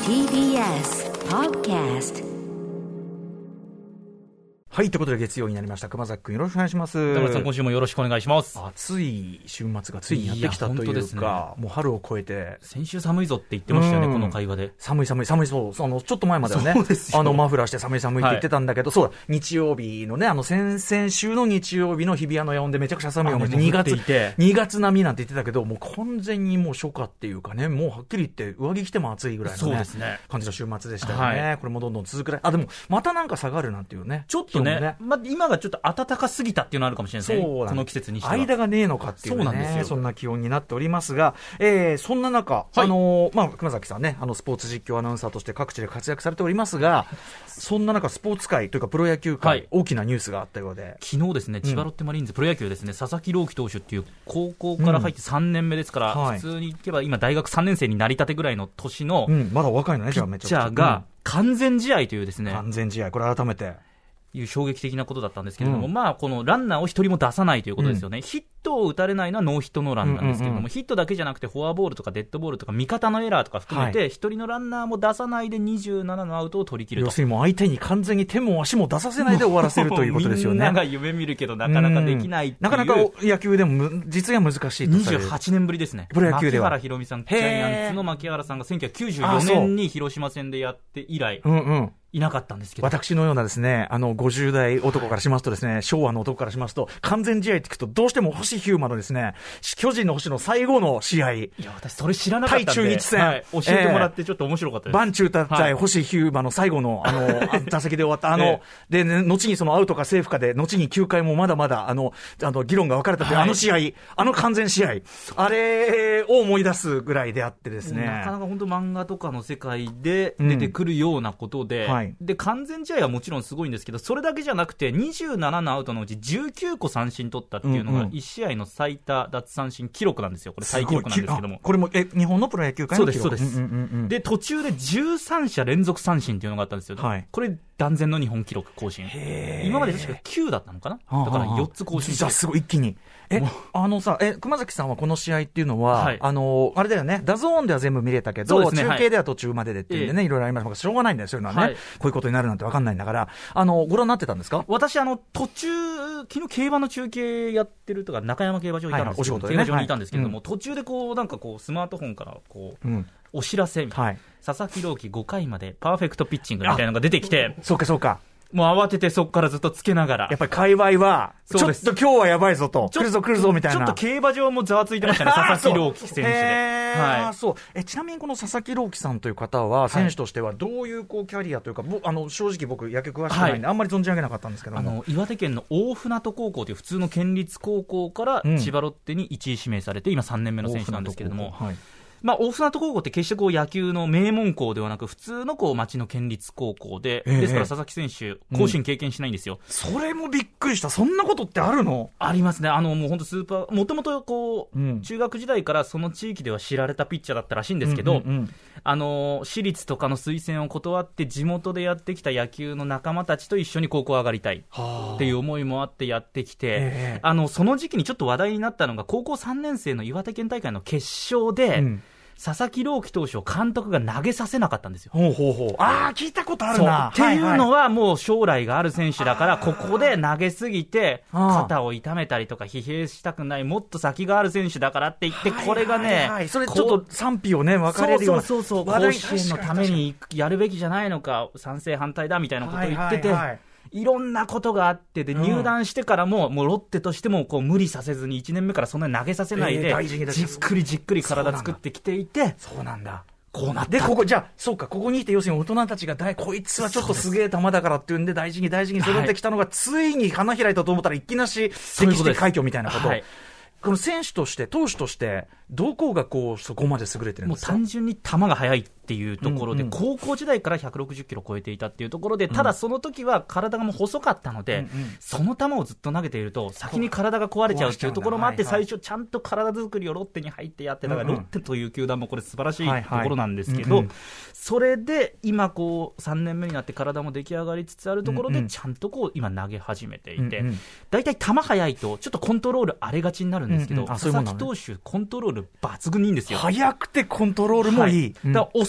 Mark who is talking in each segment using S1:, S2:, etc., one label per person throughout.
S1: TBS Podcast。
S2: はい、ということで月曜になりました。熊崎くんよろしくお願いします。
S3: 田村さん、今週もよろしくお願いします。
S2: 暑い週末がついにやってきたというか、もう春を越えて
S3: 先週寒いぞって言ってましたよね、この会話で。
S2: 寒いそう、ちょっと前まではね、マフラーして寒いって言ってたんだけど、そうだ、日曜日のね、先々週の日曜日の日比谷の野音でめちゃくちゃ寒い思いで2月並みなんて言ってたけど、もう完全にもう初夏っていうかね、もうはっきり言って上着着ても暑いぐらいのね、感じの週末でしたよね。これもどんどん続くらい。でもまたなんか下がるなんていうね、
S3: ちょっとね、今がちょっと暖かすぎたっていうのあるかもしれないですね。この季節にしては
S2: 間がねえのかっていうね、そうなんですよ。そんな気温になっておりますが、そんな中、熊崎さんね、スポーツ実況アナウンサーとして各地で活躍されておりますが、そんな中スポーツ界というかプロ野球界、大きなニュースがあったようで、
S3: 昨日ですね、千葉ロッテマリーンズプロ野球ですね、佐々木朗希投手っていう高校から入って3年目ですから、普通にいけば今大学3年生になりたてぐらいの年の、
S2: まだ若いのね、
S3: ピッチャーが完全試合というですね、
S2: 完全試合、これ改めて
S3: いう衝撃的なことだったんですけれども、このランナーを一人も出さないということですよね。ヒットを打たれないのはノーヒットノーランなんですけれども、ヒットだけじゃなくてフォアボールとかデッドボールとか味方のエラーとか含めて一人のランナーも出さないで27のアウトを取り切ると。
S2: 要するにもう相手に完全に手も足も出させないで終わらせるということですよね。
S3: みんなが夢見るけどなかなかできないっていう、
S2: なかなか野球でも実には難しいとされる。
S3: 28年ぶりですね。
S2: プロ野球では
S3: 牧原宏美さん、ジャイアンツの牧原さんが1994年に広島戦でやって以来、いなかったんですけど、
S2: 私のようなですね、50代男からしますとですね、昭和の男からしますと、完全試合って聞くとどうしても星飛雄馬のですね、巨人の星の最後の試合、い
S3: や私それ知らなかったんで、
S2: 対中日戦、
S3: 教えてもらってちょっと面白かったです。
S2: バンチュータ対星飛雄馬の最後の打席で終わったで、ね、後にそのアウトかセーフかで後に9回もまだまだ議論が分かれたという試合、完全試合、あれを思い出すぐらいであってですね、
S3: なかなか本当漫画とかの世界で出てくるようなことで、で完全試合はもちろんすごいんですけど、それだけじゃなくて27のアウトのうち19個三振取ったっていうのが1試合の最多奪三振記録なんですよ。これ最記録なんですけども、
S2: これも日本のプロ野球界の記録。
S3: そうです。で途中で13者連続三振っていうのがあったんですよ。これ断然の日本記録更新。今まで確か9だったのかな。だから4つ更新して、
S2: じゃあすごい一気に。熊崎さんはこの試合っていうのは、あれだよね、ダゾーンでは全部見れたけど、中継では途中まででっていうんでね、いろいろありますが、しょうがないんだよ、そういうのはね、こういうことになるなんて分かんないんだから、ご覧になってたんですか？
S3: 私途中、昨日競馬の中継やってるとか、中山競馬場にいたんですけど、競馬場にいたんですけれども、途中でなんかスマートフォンからお知らせみたいな、佐々木朗希5回までパーフェクトピッチングみたいなのが出てきて、
S2: そうか。
S3: もう慌ててそこからずっとつけながら、
S2: やっぱり界隈はちょっと今日はやばいぞと、来るぞみたいな、
S3: ちょっと競馬場もざわついてましたね佐々木朗希選手で。
S2: そうちなみにこの佐々木朗希さんという方は選手としてはどういうキャリアというか、正直僕野球詳しくないんであんまり存じ上げなかったんですけども、
S3: 岩手県の大船渡高校という普通の県立高校から千葉ロッテに1位指名されて、今3年目の選手なんですけれども、大船渡高校って決して野球の名門校ではなく、普通の町の県立高校で、ですから佐々木選手甲子園経験しないんですよ。
S2: それもびっくりした。そんなことってあるの？
S3: ありますね。もう本当スーパー、もともと中学時代からその地域では知られたピッチャーだったらしいんですけど、私立とかの推薦を断って地元でやってきた野球の仲間たちと一緒に高校上がりたいっていう思いもあってやってきて、その時期にちょっと話題になったのが高校3年生の岩手県大会の決勝で、佐々木朗希投手を監督が投げさせなかったんですよ。
S2: 聞いたことあるな。
S3: っていうのはもう将来がある選手だから、ここで投げすぎて肩を痛めたりとか疲弊したくない、もっと先がある選手だからって言って、これがね、
S2: それちょっと賛否をね分かれるような、
S3: 甲子園のためにやるべきじゃないのか、賛成反対だみたいなことを言ってて、いろんなことがあって、で入団してからも、もうロッテとしても無理させずに1年目からそんなに投げさせないで、じっくり体作ってきていて、
S2: そうなんだ。
S3: こうなった。
S2: で、ここにいて、要するに大人たちがこいつはちょっとすげえ球だからっていうんで大事に育ててきたのが、ついに花開いたと思ったらいきなし歴史的快挙みたいなこと。この選手として投手としてどこがそこまで優れてるんですか？
S3: もう単純に球が速いっていうところで、高校時代から160キロ超えていたっていうところで、ただその時は体がもう細かったので、その球をずっと投げていると先に体が壊れちゃうっていうところもあって、最初ちゃんと体作りをロッテに入ってやってたから、ロッテという球団もこれ素晴らしいところなんですけど、それで今3年目になって体も出来上がりつつあるところで、ちゃんと今投げ始めていて、だいたい球速いとちょっとコントロール荒れがちになるんですけど、佐々木投手コントロール抜群にいいんですよ。
S2: 速くてコントロールもいい。
S3: だから遅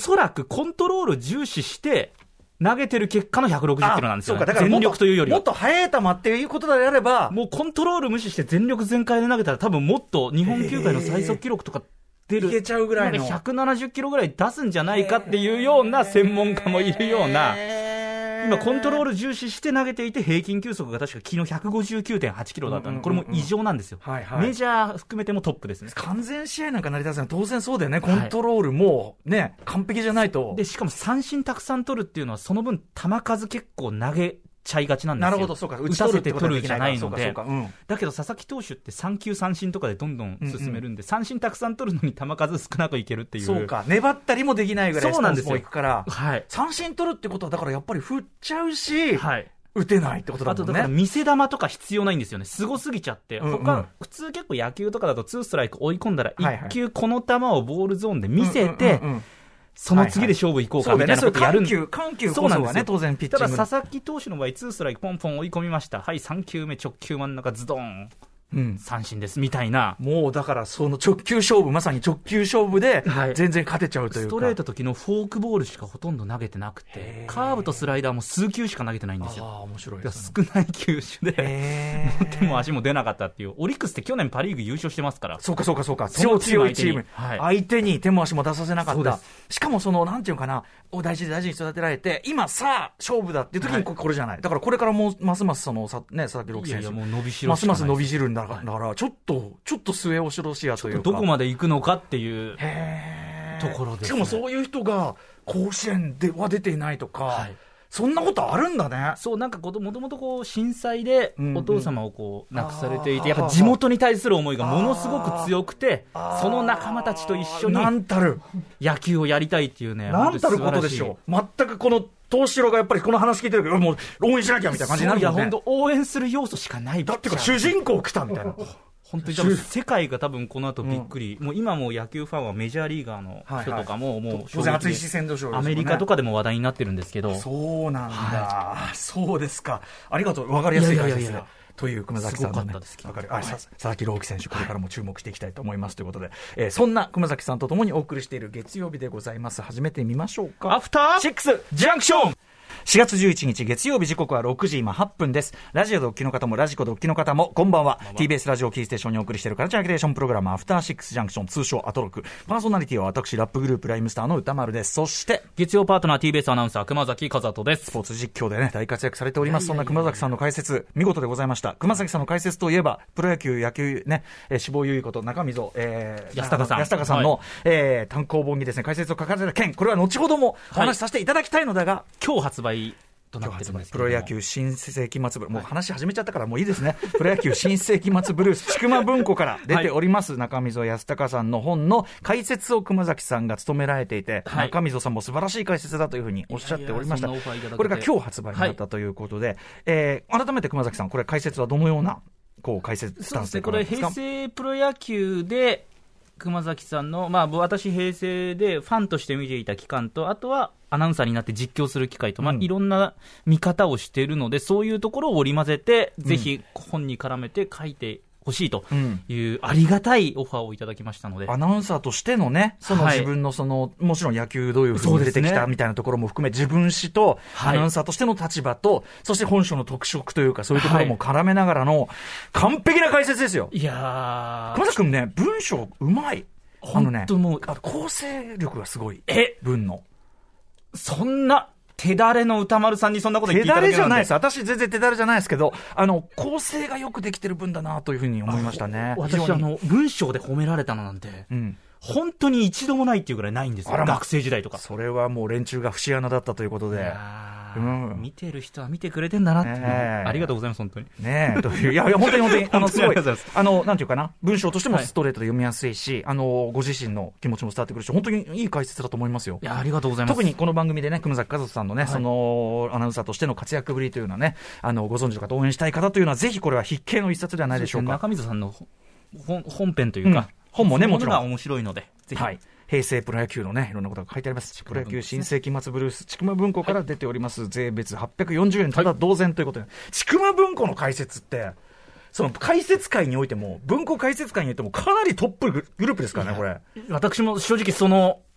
S3: そらくコントロール重視して投げてる結果の160キロなんですよね。
S2: そうか、だから
S3: 全力というよりは。
S2: もっと速い球っていうことであれば、
S3: もうコントロール無視して全力全開で投げたら多分もっと日本球界の最速記録とか出る。
S2: いけちゃうぐらいの。
S3: 170キロぐらい出すんじゃないかっていうような専門家もいるような。今コントロール重視して投げていて平均球速が確か昨日 159.8 キロだったので、これも異常なんですよ、
S2: はいはい、
S3: メジャー含めてもトップですね。
S2: 完全試合なんか成り立つのは当然そうだよね。コントロールもね、完璧じゃないと。
S3: でしかも三振たくさん取るっていうのはその分球数結構投げちゃいがちなんですよ。
S2: なるほど、そうか、
S3: 打たせて取るじゃないので、
S2: うん、
S3: だけど佐々木投手って3球三振とかでどんどん進めるんで、三振たくさん取るのに球数少なくいけるっていう。
S2: そうか、粘ったりもできないぐらいスタンスもいくから、
S3: はい、
S2: 三振取るってことはだからやっぱり振っちゃうし、
S3: はい、
S2: 打てないってことだもんね。
S3: あとだから見せ球とか必要ないんですよね。すごすぎちゃって、他普通結構野球とかだと2ストライク追い込んだら1球この球をボールゾーンで見せて、その次で勝負行こうかみたいなことやるんです。
S2: 緩急こそがね、当然ピッチング。
S3: ただ佐々木投手の場合2ストライクポンポン追い込みました。はい、3球目直球真ん中ズドン、三振ですみたいな。
S2: もうだからその直球勝負、まさに直球勝負で全然勝てちゃうというか、
S3: ストレートと昨日フォークボールしかほとんど投げてなくて、カーブとスライダーも数球しか投げてないんですよ。
S2: 面白いです
S3: ね。少ない球種で手も足も出なかったっていう。オリックスって去年パリーグ優勝してますから。
S2: そうかそうかそうか、強いチーム、相手に手も足も出させなかった。しかもそのなんていうかな、大事に育てられて、今さあ勝負だっていう時にこれじゃない。だからこれからもうますますその佐々木朗希選手ますます伸びしるんだから、ちょっと末恐ろしやというか、
S3: どこまで行くのかっていうところですね。
S2: しかもそういう人が甲子園では出ていないとか、そんなことあるんだね。
S3: そう、なんかもともとこう震災でお父様をこう亡くされていて、やっぱ地元に対する思いがものすごく強くて、その仲間たちと一緒に野球をやりたいっていうね、
S2: なんたることでしょう。全くこの東城がやっぱりこの話聞いてるけど、もう応援しなきゃみたいな感じになるもんね。
S3: いや本当応援する要素しかない。
S2: だってか主人公来たみたいな。
S3: 本当に多分世界が多分この後びっくり、もう今も野球ファンはメジャーリーガーの人とかももう
S2: 当然熱い視線でしょう。
S3: アメリカとかでも話題になってるんですけど。
S2: そうなんだ、そうですか。ありがとう、分かりやすい解説で。という熊崎さんのね、佐々木朗希選手、これからも注目していきたいと思いますということで、そんな熊崎さんとともにお送りしている月曜日でございます。始めてみましょうか。
S3: アフター
S2: シックスジャンクション。4月11日月曜日、時刻は6時今8分です。ラジオでお聞きの方もラジコでお聞きの方もこんばんは。TBS ラジオキーステーションにお送りしているカルチャーアキュレーションプログラムアフターシックスジャンクション、通称アトロク。パーソナリティは私ラップグループライムスターの歌丸です。そして
S3: 月曜パートナー TBS アナウンサー熊崎和人です。
S2: スポーツ実況でね大活躍されております。そんな熊崎さんの解説見事でございました。熊崎さんの解説といえばプロ野球ね、志望優位こと中溝、安高さんの、単行本にですね解説を書かれた件、これは後ほどもお話しさせていただきたいのだが、
S3: 今日発売となってるんですけども、
S2: プロ野球新世紀末ブルース、もう話始めちゃったからもういいですね。プロ野球新世紀末ブルース、ちくま文庫から出ております、中溝康隆さんの本の解説を熊崎さんが務められていて、中溝さんも素晴らしい解説だというふうにおっしゃっておりました。これが今日発売になったということで、改めて熊崎さん、これ解説はどのような解説スタンスで
S3: これ平成プロ野球で熊崎さんの、私平成でファンとして見ていた期間と、あとはアナウンサーになって実況する機会と、いろんな見方をしているので、そういうところを織り交ぜて、ぜひ本に絡めて書いてほしいというありがたいオファーをいただきましたので、
S2: アナウンサーとしてのね、その自分のもちろん野球どういうふうに出てきたみたいなところも含め、自分史とアナウンサーとしての立場と、そして本書の特色というかそういうところも絡めながらの完璧な解説ですよ。
S3: いや
S2: 熊崎君ね、文章うまい。
S3: 本当もう
S2: 構成力がすごい。文の
S3: そんな手だれの歌丸さんにそんなこと言っていただけなんで。
S2: 手だれじゃないです。私全然手だれじゃないですけど、構成がよくできてる文だなというふうに思いましたね。
S3: 私文章で褒められたのなんて、本当に一度もないっていうぐらいないんですよ。学生時代とか。
S2: それはもう連中が節穴だったということで。
S3: 見てる人は見てくれてんだなって、ありがとうございます、本当に。
S2: という、いや、本当に、すごい、なんていうかな、文章としてもストレートで読みやすいし、ご自身の気持ちも伝わってくるし、本当にいい解説だと思いますよ。
S3: いや、ありがとうございます。
S2: 特にこの番組でね、熊崎和人さんのね、その、アナウンサーとしての活躍ぶりというのはね、ご存知の方、応援したい方というのは、ぜひこれは必見の一冊ではないでしょうか。
S3: 中溝さんの本編というか、
S2: 本もね、もちろん。
S3: が面白いので、ぜひ。
S2: 平成プロ野球のね、いろんなことが書いてあります。プロ野球新世紀末ブルース、ちくま文庫から出ております。税別840円、ただ同然ということで、ちくま文庫の解説って、その解説会においても、文庫解説会においても、かなりトップグループですからね、これ。
S3: 私も正直その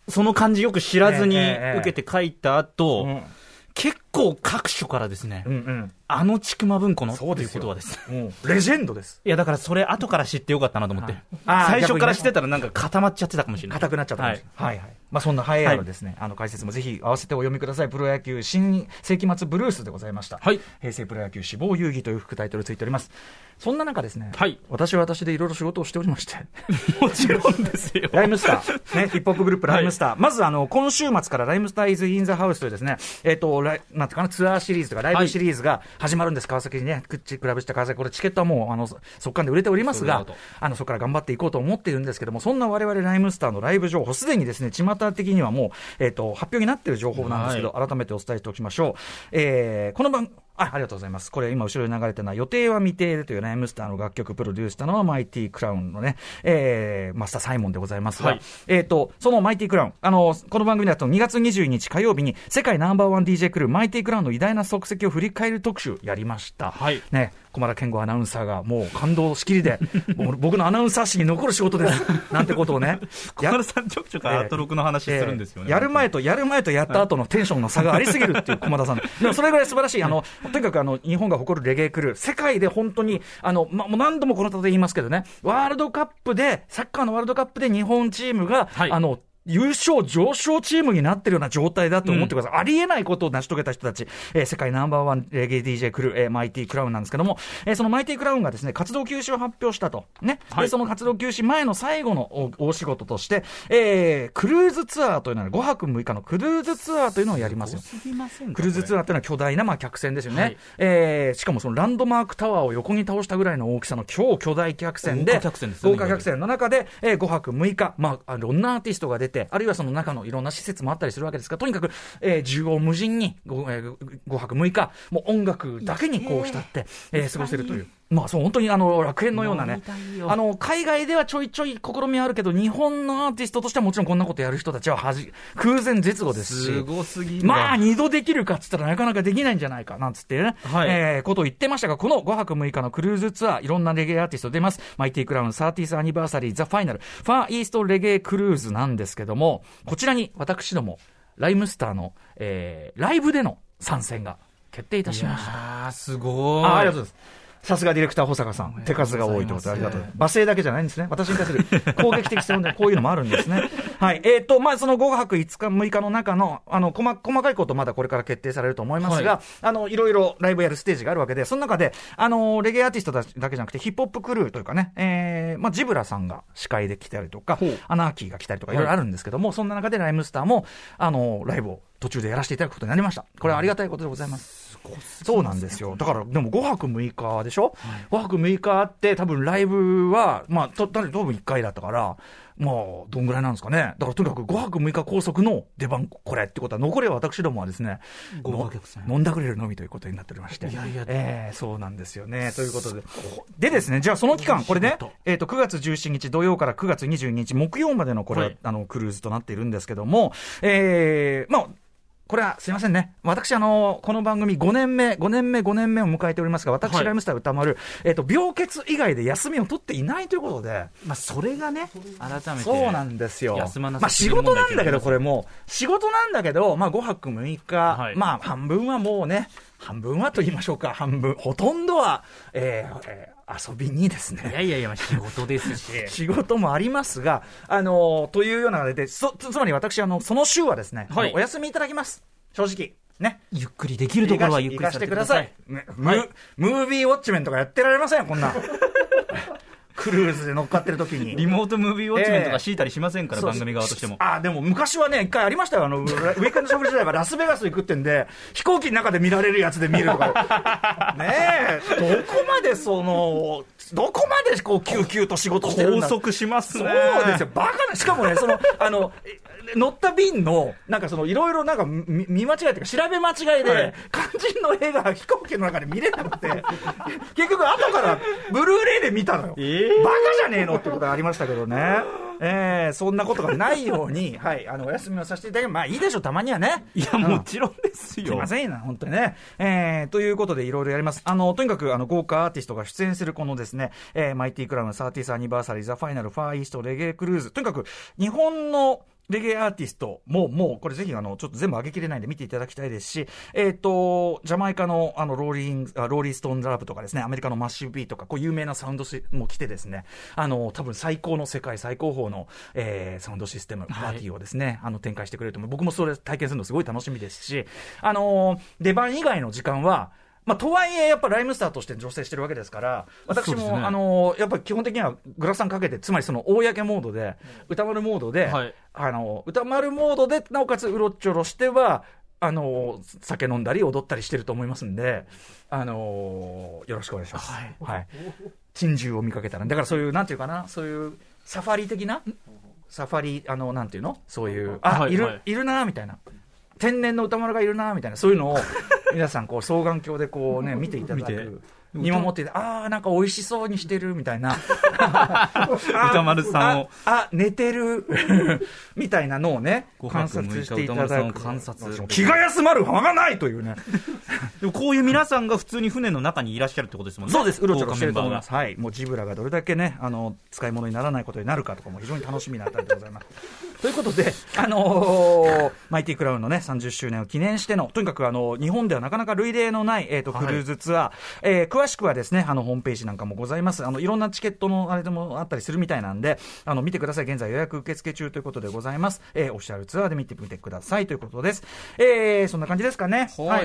S3: その感じよく知らずに受けて書いた後、結構各所からですね、ちくま文庫のっていう言葉です。
S2: レジェンドです。
S3: いや、だからそれ後から知ってよかったなと思って。最初から知ってたらなんか固まっちゃってたかもしれない。
S2: 硬くなっちゃったかもしれない。はいはい。まあそんな栄えあるですね、解説もぜひ合わせてお読みください。プロ野球新世紀末ブルースでございました。はい。平成プロ野球死亡遊戯という副タイトルついております。そんな中ですね、はい、私は私でいろいろ仕事をしておりまして。
S3: もちろんですよ。
S2: ライムスター、ね、ヒップホップグループライムスター。はい、まず今週末からライムスターイズインザハウスというですね、なんていうかな、ツアーシリーズとかライブシリーズが始まるんです。川崎にね、クラブした川崎、これチケットはもう速乾で売れておりますが、そこから頑張っていこうと思っているんですけども、そんな我々ライムスターのライブ情報、すでにですね、巷的にはもう、発表になっている情報なんですけど、改めてお伝えしておきましょう。このありがとうございます。これ今後ろに流れてるのは予定は未定でというライムスターの楽曲プロデュースしたのはマイティクラウンのね、マスターサイモンでございますが、はい、そのマイティクラウン、この番組だと2月22日火曜日に世界ナンバーワン DJ クルーマイティクラウンの偉大な足跡を振り返る特集やりました。はい。ね。駒田健吾アナウンサーがもう感動しきりで僕のアナウンサー史に残る仕事ですなんてことをね
S3: 駒田さんちょくちょくアートロクの話するんですよね、
S2: やる前とやった後のテンションの差がありすぎるっていう駒田さんでもそれぐらい素晴らしいとにかく日本が誇るレゲエクルー世界で本当にもう何度もこの方で言いますけどねワールドカップでサッカーのワールドカップで日本チームが、はい、優勝上昇チームになってるような状態だと思ってください。ありえないことを成し遂げた人たち、世界ナンバーワンレゲエ DJ クルー、マイティクラウンなんですけども、そのマイティクラウンがですね、活動休止を発表したと。ね。はい、で、その活動休止前の最後の大仕事として、クルーズツアーというのは5泊6日のクルーズツアーというのをやりますよ。クルーズツアーというのは巨大な客船ですよね。はい、しかもそのランドマークタワーを横に倒したぐらいの大きさの超巨大客船で、豪華客船の中で、5泊6日、いろんなアーティストが出て、あるいはその中のいろんな施設もあったりするわけですが、とにかく、縦横無尽に 5泊6日、もう音楽だけにこう浸って、過ごせるという。そう本当に楽園のようなね、海外ではちょいちょい試みあるけど、日本のアーティストとしてはもちろんこんなことやる人たちは空前絶後ですし、
S3: すごすぎる。
S2: 二度できるかっつったらなかなかできないんじゃないかなんつってね、はい、ことを言ってましたが、この5泊6日のクルーズツアー、いろんなレゲエアーティスト出ます。マイティクラウン 30th アニバーサリーザファイナルファーイーストレゲエクルーズなんですけども、こちらに私どもライムスターの、ライブでの参戦が決定いたしました。
S3: すごい。
S2: ありがとうございます。さすがディレクター保坂さん、手数が多いということでありがとう。罵声だけじゃないんですね。私に対する攻撃的質問でこういうのもあるんですね。はい。その5泊5日6日の中の、細かいことまだこれから決定されると思いますが、はい、いろいろライブやるステージがあるわけで、その中で、レゲエアーティストだけじゃなくて、ヒップホップクルーというかね、ジブラさんが司会で来たりとか、アナーキーが来たりとか、いろいろあるんですけども、そんな中でライムスターも、ライブを途中でやらせていただくことになりました。これはありがたいことでございます。そうなんですよ。だから、でも5泊6日でしょ、はい、5泊6日あって、多分ライブは、多分1回だったから、どんぐらいなんですかね。だからとにかく5泊6日拘束の出番これってことは、残りは私どもはですね、飲んだくれるのみということになっておりまして。そうなんですよね。ということで。でですね、じゃあその期間、これね、9月17日土曜から9月22日木曜までのこれは、はい、クルーズとなっているんですけども、これはすいませんね。私この番組5年目を迎えておりますが、私、ライムスター歌丸、病欠以外で休みを取っていないということで。
S3: それがね、改めて。
S2: そうなんですよ。仕事なんだけど、これも仕事なんだけど、5泊6日、はい、半分はもうね、半分はと言いましょうか、ほとんどは、遊びにですね。
S3: いや、仕事ですし。
S2: 仕事もありますが、というようなので、つまり私、その週はですね、はい、お休みいただきます。正直。ね。
S3: ゆっくりできるところはゆっくりさせてください。
S2: ムービーウォッチメンとかやってられません、こんな。クルーズで乗っかってる時に
S3: リモートムービーウォッチメンとか敷いたりしませんから、番組側としても。
S2: でも昔はね、一回ありましたよ。ウィークエンドシャッフル時代はラスベガス行くってんで、飛行機の中で見られるやつで見るとか。ねえ、どこまでこう、キューキューと仕事してるんだ。
S3: 拘束しますね。
S2: そうですよ。バカな、しかもね、乗った便の、いろいろ見間違いというか、調べ間違いで、肝心の絵が飛行機の中で見れなくて、結局後からブルーレイで見たのよ。バカじゃねえのってことがありましたけどね。そんなことがないように、はい、お休みをさせていただきます。いいでしょ、たまにはね。
S3: いや、もちろんですよ。
S2: すいませんな、本当にね。ということで、いろいろやります。とにかく、豪華アーティストが出演するこのですね、マイティクラウン 30th アニバーサリーザファイナルファーイーストレゲエクルーズ。とにかく、日本の、 レゲエアーティストもうこれぜひちょっと全部上げきれないんで見ていただきたいですし、ジャマイカのローリーストーンズラブとかですね、アメリカのマッシブビーとか、こう有名なサウンドも来てですね、多分世界最高峰の、サウンドシステム、パーティーをですね、展開してくれると思う。僕もそれ体験するのすごい楽しみですし、出番以外の時間はとはいえやっぱライムスターとして女性してるわけですから、私も、ね、やっぱり基本的にはグラサンかけて、つまりその公モードで、歌丸モードで、はい、歌丸モードでなおかつうろちょろしては酒飲んだり踊ったりしてると思いますんで、よろしくお願いします。はい、はい、珍獣を見かけたら、だからそういうなんていうかな、そういうサファリ的な、サファリなんていうの、そういうはい、いるなみたいな。天然の歌丸がいるなみたいな、そういうのを皆さんこう双眼鏡でこうね見ていただく、見守ってて、なんか美味しそうにしてるみたいな
S3: 歌丸さんを
S2: 寝てるみたいなのをね観察していただく、気が休まる間がないというね
S3: でもこういう皆さんが普通に船の中にいらっしゃるってことですもんね。
S2: そうです、うろちょろしてると思います。はい、もうジブラがどれだけね使い物にならないことになるかとかも非常に楽しみなあたりでございますということでマイティクラウンのね30周年を記念しての、とにかく日本ではなかなか類例のない、クルーズツアー、詳しくはですねホームページなんかもございます。いろんなチケットのあれでもあったりするみたいなんで見てください。現在予約受付中ということでございます。オフィシャルツアーで見てみてくださいということです。そんな感じですかね。はい、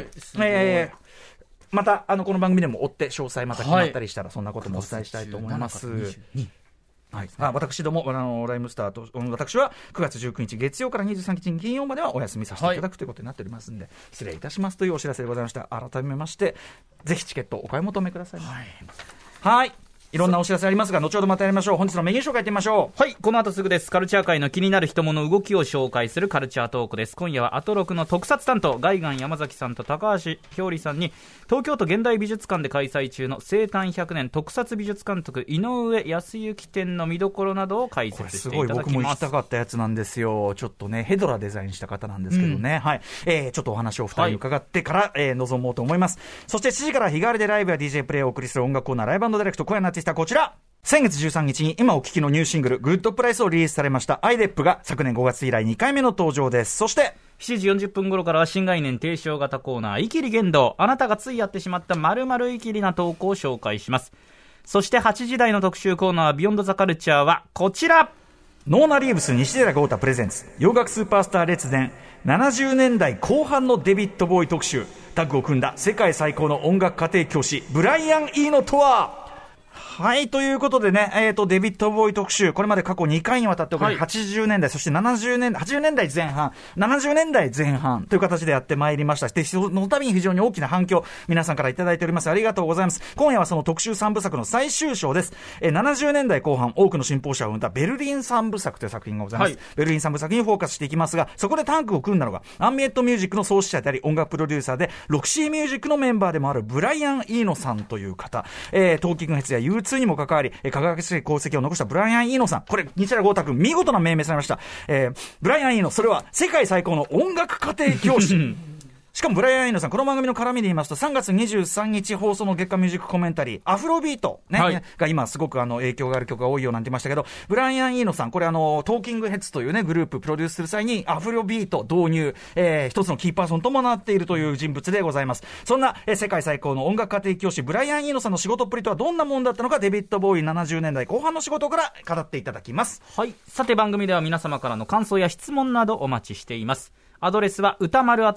S2: またこの番組でも追って詳細また決まったりしたら、そんなこともお伝えしたいと思います。はい、私どもライムスターと私は9月19日月曜から23日金曜まではお休みさせていただくということになっておりますので、失礼いたしますというお知らせでございました。改めましてぜひチケットお買い求めください。はい、いろんなお知らせありますが、後ほどまたやりましょう。本日のメニュー紹介いってみましょう。
S3: はい、この後すぐです。カルチャー界の気になる人物動きを紹介するカルチャートークです。今夜はアトロクの特撮担当ガイガン山崎さんと高橋ひょうりさんに、東京都現代美術館で開催中の生誕100年特撮美術監督井上康之展の見どころなどを解説していただきます。
S2: すごい僕も行きたかったやつなんですよ。ちょっとねヘドラデザインした方なんですけどね、はい、ちょっとお話を2人に伺ってから、臨もうと思います。そして7時から日替わりでライブや DJ プレイをお送りする音楽コーナーライブ&ディレクト、今夜になってきたこちら、先月13日に今お聴きのニューシングルグッドプライスをリリースされましたアイデップが昨年5月以来2回目の登場です。そして
S3: 7時40分頃からは新概念提唱型コーナーイキリ言動、あなたがついやってしまった〇〇イキリな投稿を紹介します。そして8時台の特集コーナービヨンドザカルチャーはこちら、
S2: ノーナリーブス西寺豪太プレゼンツ洋楽スーパースター列伝70年代後半のデビッド・ボーイ特集、タッグを組んだ世界最高の音楽家庭教師ブライアン・イーノとは。はい、ということでね、デビッド・ボーイ特集、これまで過去2回にわたって80年代、そして80年代前半、70年代前半という形でやってまいりました。で、その度に非常に大きな反響、皆さんからいただいております。ありがとうございます。今夜はその特集3部作の最終章です。70年代後半、多くの信奉者を生んだベルリン3部作という作品がございます。はい、ベルリン3部作にフォーカスしていきますが、そこでタッグを組んだのが、アンビエントミュージックの創始者であり、音楽プロデューサーで、ロクシーミュージックのメンバーでもあるブライアン・イーノさんという方、トーキングヘッズや U2 にも関わり、輝かしい功績を残したブライアン・イーノさん、これ西原豪太君見事な命名されました。ブライアン・イーノ、それは世界最高の音楽家庭教師しかもブライアン・イーノさん、この番組の絡みで言いますと3月23日放送の月間ミュージックコメンタリーアフロビート、ね、はい、が今すごく影響がある曲が多いようなんて言いましたけど、ブライアン・イーノさん、これトーキングヘッズというねグループプロデュースする際にアフロビート導入、一つのキーパーソンともなっているという人物でございます。そんな、世界最高の音楽家庭教師ブライアン・イーノさんの仕事っぷりとはどんなもんだったのか、デビッド・ボーイ70年代後半の仕事から語っていただきます。
S3: はい、さて番組では皆様からの感想や質問などお待ちしています。アドレスは歌丸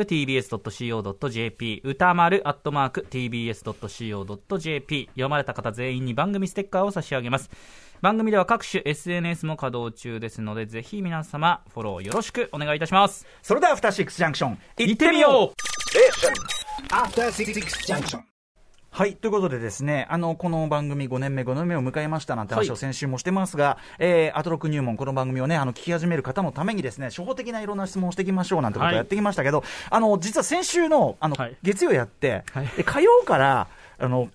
S3: @tbs.co.jp 歌丸@tbs.co.jp 読まれた方全員に番組ステッカーを差し上げます。番組では各種 SNS も稼働中ですので、ぜひ皆様フォローよろしくお願いいたします。
S2: それではアフターシックスジャンクション行ってみよう。アフターシックスジャンクション。はい、ということでですね、この番組5年目を迎えましたなんて話を先週もしてますが、アトロク入門、この番組をね、聞き始める方のためにですね、初歩的ないろんな質問をしていきましょうなんてことをやってきましたけど、実は先週の、月曜やって、火曜から、こんな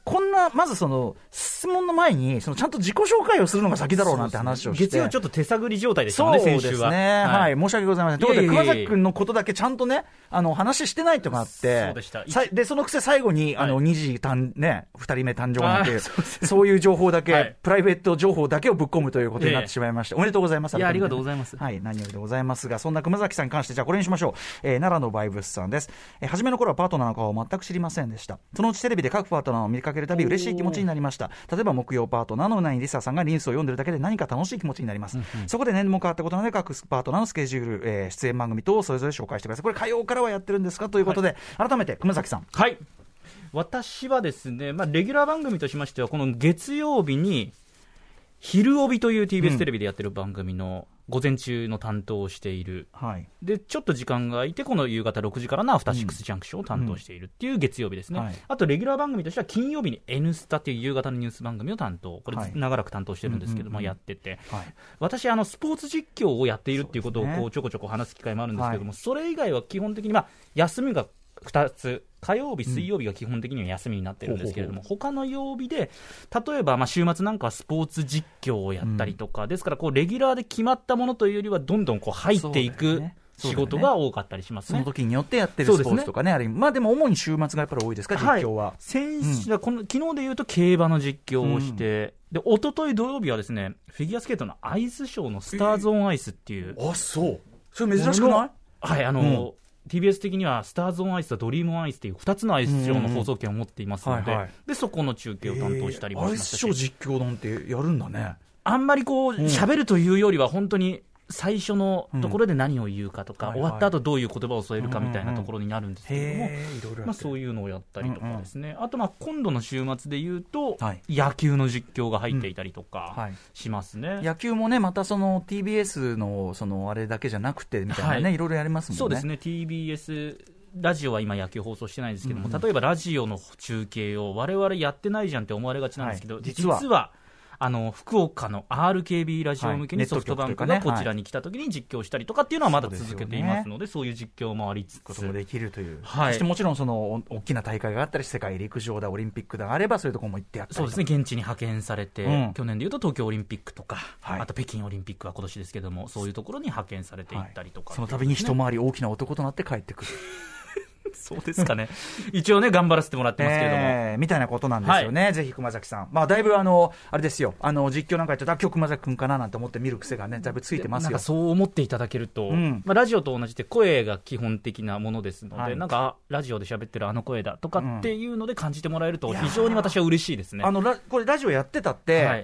S2: はまずその質問の前にちゃんと自己紹介をするのが先だろうなんて話をして、
S3: 月曜ちょっと手探り状態でしたもんね、先週は。
S2: そうですね、はい、申し訳ございません。ということで熊崎君のことだけちゃんとね話してないとかあって、
S3: そうでした。
S2: でそのくせ最後に2時ね、2人目誕生なんてそういう情報だけ、プライベート情報だけをぶっ込むということになってしまいまして、おめでとうございます。
S3: いや、ありがとうございます。
S2: はい、何よりでございますが、そんな熊崎さんに関してじゃあこれにしましょう。奈良のバイブスさんです。初めの頃はパートナーの顔を全く知りませんでした。そのうちテレビで各パートナーを見かけるたび嬉しい気持ちになりました。例えば木曜パートナーのうなぎりささんがニュースを読んでるだけで何か楽しい気持ちになります。そこで年も変わったことなので各パートナーのスケジュール、出演番組等をそれぞれ紹介してください。これ火曜からはやってるんですかということで、改めて熊崎さん。
S3: はい、私はですね、レギュラー番組としましてはこの月曜日に昼帯という TBS テレビでやってる番組の午前中の担当をしている、でちょっと時間が空いてこの夕方6時からのアフターシックスジャンクションを担当しているっていう月曜日ですね、あとレギュラー番組としては金曜日に N スタっていう夕方のニュース番組を担当、これ長らく担当してるんですけども、やってて、私スポーツ実況をやっているっていうことをこうちょこちょこ話す機会もあるんですけども、それ以外は基本的に休みが2つ、火曜日、水曜日が基本的には休みになってるんですけれども、他の曜日で例えば週末なんかはスポーツ実況をやったりとか、ですからこうレギュラーで決まったものというよりはどんどんこう入っていく仕事が多かったりしますね。
S2: その時によってやってるスポーツとかね、ある意味でも主に週末がやっぱり多いですか、実況は。
S3: 昨日でいうと競馬の実況をして、で一昨日土曜日はですね、フィギュアスケートのアイスショーのスターズ・オン・アイスっていう、
S2: それ珍しくない？
S3: はい、TBS 的にはスターズ・オン・アイスとドリーム・オン・アイスという2つのアイスショーの放送権を持っていますので、でそこの中継を担当したりもしましたし、
S2: アイスショー実況なんてやるんだね。
S3: あんまりこう喋るというよりは本当に最初のところで何を言うかとか、終わった後どういう言葉を添えるかみたいなところになるんですけれども、そういうのをやったりとかですね、あと今度の週末で言うと、野球の実況が入っていたりとかしますね。
S2: 野球もね、またその TBS のそのあれだけじゃなくてみたいなね、いろいろやりますもんね。
S3: そうですね、TBSラジオは今野球放送してないですけども、例えばラジオの中継を我々やってないじゃんって思われがちなんですけど、実は福岡の RKB ラジオ向けにソフトバンクがこちらに来た時に実況したりとかっていうのはまだ続けていますので、そういう実況もありつつ
S2: こともできるという、そしてもちろんその大きな大会があったり、世界陸上だオリンピックだがあればそういうところも行ってやったり、
S3: そうですね、現地に派遣されて、去年でいうと東京オリンピックとか、あと北京オリンピックは今年ですけども、そういうところに派遣されていったりとか、
S2: その度に一回り大きな男となって帰ってくる
S3: そうですかね一応ね頑張らせてもらってますけれども、
S2: みたいなことなんですよね、ぜひ熊崎さん、だいぶあれですよ、実況なんかやってたら今日熊崎君かななんて思って見る癖がねだいぶついてますよ。
S3: なんかそう思っていただけると、ラジオと同じで声が基本的なものですので、なんかラジオで喋ってるあの声だとかっていうので感じてもらえると非常に私は嬉しいですね。
S2: これラジオやってたって、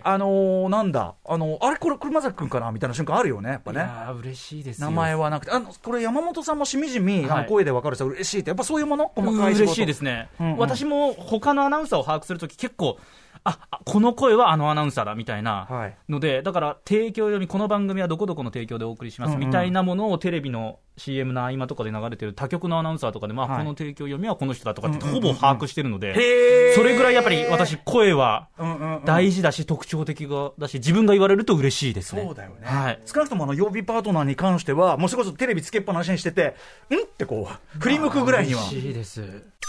S2: なんだあれこれ熊崎君かなみたいな瞬間あるよね、やっぱね。
S3: いや嬉しいですよ。
S2: 名前はなくてこれ山本さんもしみじみ声で分かる人は嬉しいって、やっぱそういうもの
S3: 嬉しいですね、私も他のアナウンサーを把握するとき結構この声はあのアナウンサーだみたいなので、だから提供読み、この番組はどこどこの提供でお送りしますみたいなものをテレビの CM の合間とかで流れてる他局のアナウンサーとかで、この提供読みはこの人だとかってほぼ把握してるので、それぐらいやっぱり私声は大事だし特徴的だし、自分が言われると嬉しいですね。
S2: そうだよね、少なくとも曜日パートナーに関してはもうそれこそテレビつけっぱなしにしててってこう振り向くぐらいには
S3: 嬉しいです。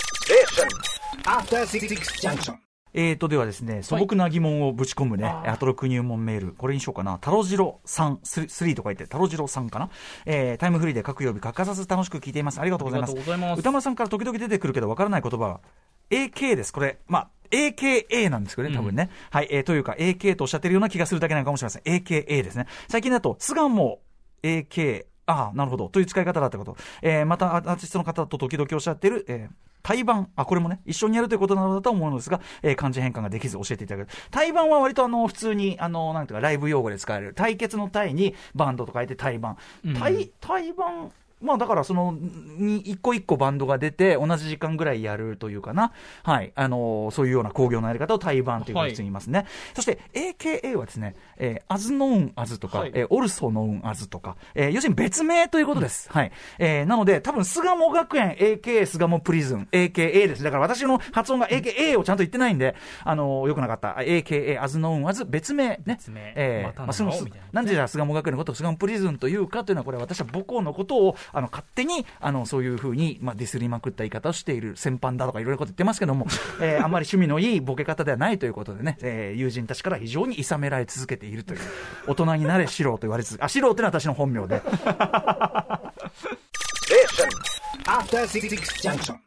S2: ではですね、素朴な疑問をぶち込むね、アトロク入門メール、これにしようかな。タロジロさん、3と書いて、タロジロさんかな。タイムフリーで各曜日欠かさず楽しく聞いています。ありがとうございます。歌丸さんから時々出てくるけどわからない言葉は、AK です。これ、AKA なんですけどね、多分ね。というか、AK とおっしゃってるような気がするだけなのかもしれません。AKA ですね。最近だと、巣鴨 AK、なるほど。という使い方だったこと。また、アーティストの方と時々おっしゃっている、対バン、これもね、一緒にやるということなのだと思うのですが、漢字変換ができず教えていただける。対バンは割と普通に、なんていうか、ライブ用語で使われる。対決の対にバンドと書いて対バン。対バン、だから一個一個バンドが出て同じ時間ぐらいやるというかな、そういうような興行のやり方を対バンというふうに言いますね。そして AKA はですね、as known as とか、also known as とか、要するに別名ということです。なので多分巣鴨学園 AKA 巣鴨プリズン AKA です。だから私の発音が AKA をちゃんと言ってないんで、よくなかった。AKA as known as 別名ね。なんでじゃあ巣鴨学園のことを巣鴨プリズンというかというのは、これは私は母校のことを
S1: 勝手にそういうふうに、ディスりまくった言い方をしている先般だとかいろいろこと言ってますけども、あんまり趣味のいいボケ方ではないということでね、友人たちから非常に諌められ続けているという、大人になれ素人と言われ続け、素人というのは私の本名で。After 66 junction.